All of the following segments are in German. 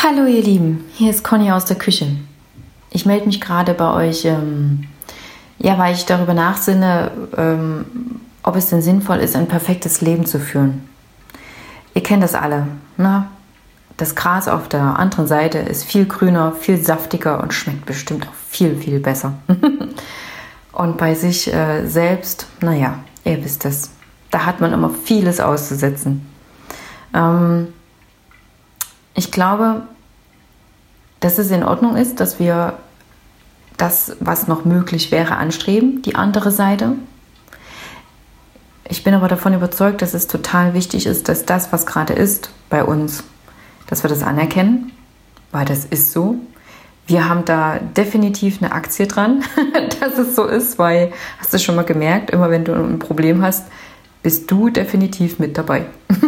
Hallo ihr Lieben, hier ist Conny aus der Küche. Ich melde mich gerade bei euch, weil ich darüber nachsinne, ob es denn sinnvoll ist, ein perfektes Leben zu führen. Ihr kennt das alle, ne? Das Gras auf der anderen Seite ist viel grüner, viel saftiger und schmeckt bestimmt auch viel, viel besser. Und bei sich selbst, naja, ihr wisst es, da hat man immer vieles auszusetzen. Ich glaube, dass es in Ordnung ist, dass wir das, was noch möglich wäre, anstreben, die andere Seite. Ich bin aber davon überzeugt, dass es total wichtig ist, dass das, was gerade ist bei uns, dass wir das anerkennen, weil das ist so. Wir haben da definitiv eine Aktie dran, dass es so ist, weil, hast du schon mal gemerkt, immer wenn du ein Problem hast, bist du definitiv mit dabei.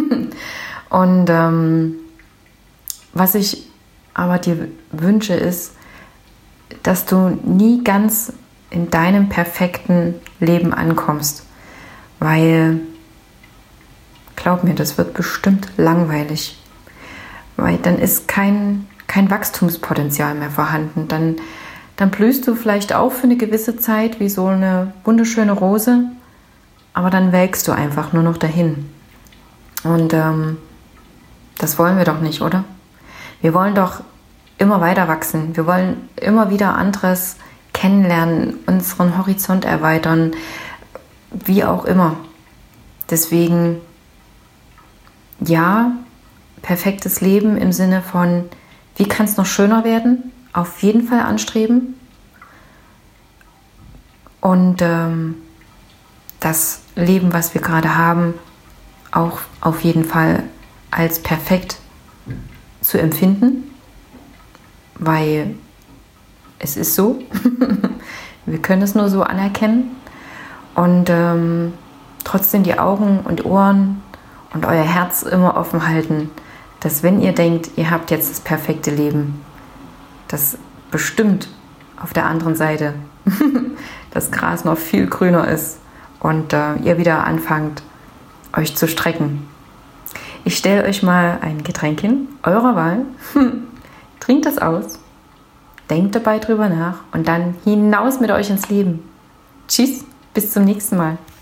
Und was ich aber dir wünsche, ist, dass du nie ganz in deinem perfekten Leben ankommst, weil, glaub mir, das wird bestimmt langweilig, weil dann ist kein Wachstumspotenzial mehr vorhanden. Dann blühst du vielleicht auf für eine gewisse Zeit wie so eine wunderschöne Rose, aber dann welkst du einfach nur noch dahin. Und das wollen wir doch nicht, oder? Wir wollen doch immer weiter wachsen. Wir wollen immer wieder anderes kennenlernen, unseren Horizont erweitern, wie auch immer. Deswegen, ja, perfektes Leben im Sinne von, wie kann es noch schöner werden? Auf jeden Fall anstreben. Und das Leben, was wir gerade haben, auch auf jeden Fall als perfekt zu empfinden, weil es ist so. Wir können es nur so anerkennen und trotzdem die Augen und Ohren und euer Herz immer offen halten, dass wenn ihr denkt, ihr habt jetzt das perfekte Leben, dass bestimmt auf der anderen Seite das Gras noch viel grüner ist und ihr wieder anfangt, euch zu strecken. Ich stelle euch mal ein Getränk hin, eurer Wahl. Trinkt es aus, denkt dabei drüber nach und dann hinaus mit euch ins Leben. Tschüss, bis zum nächsten Mal.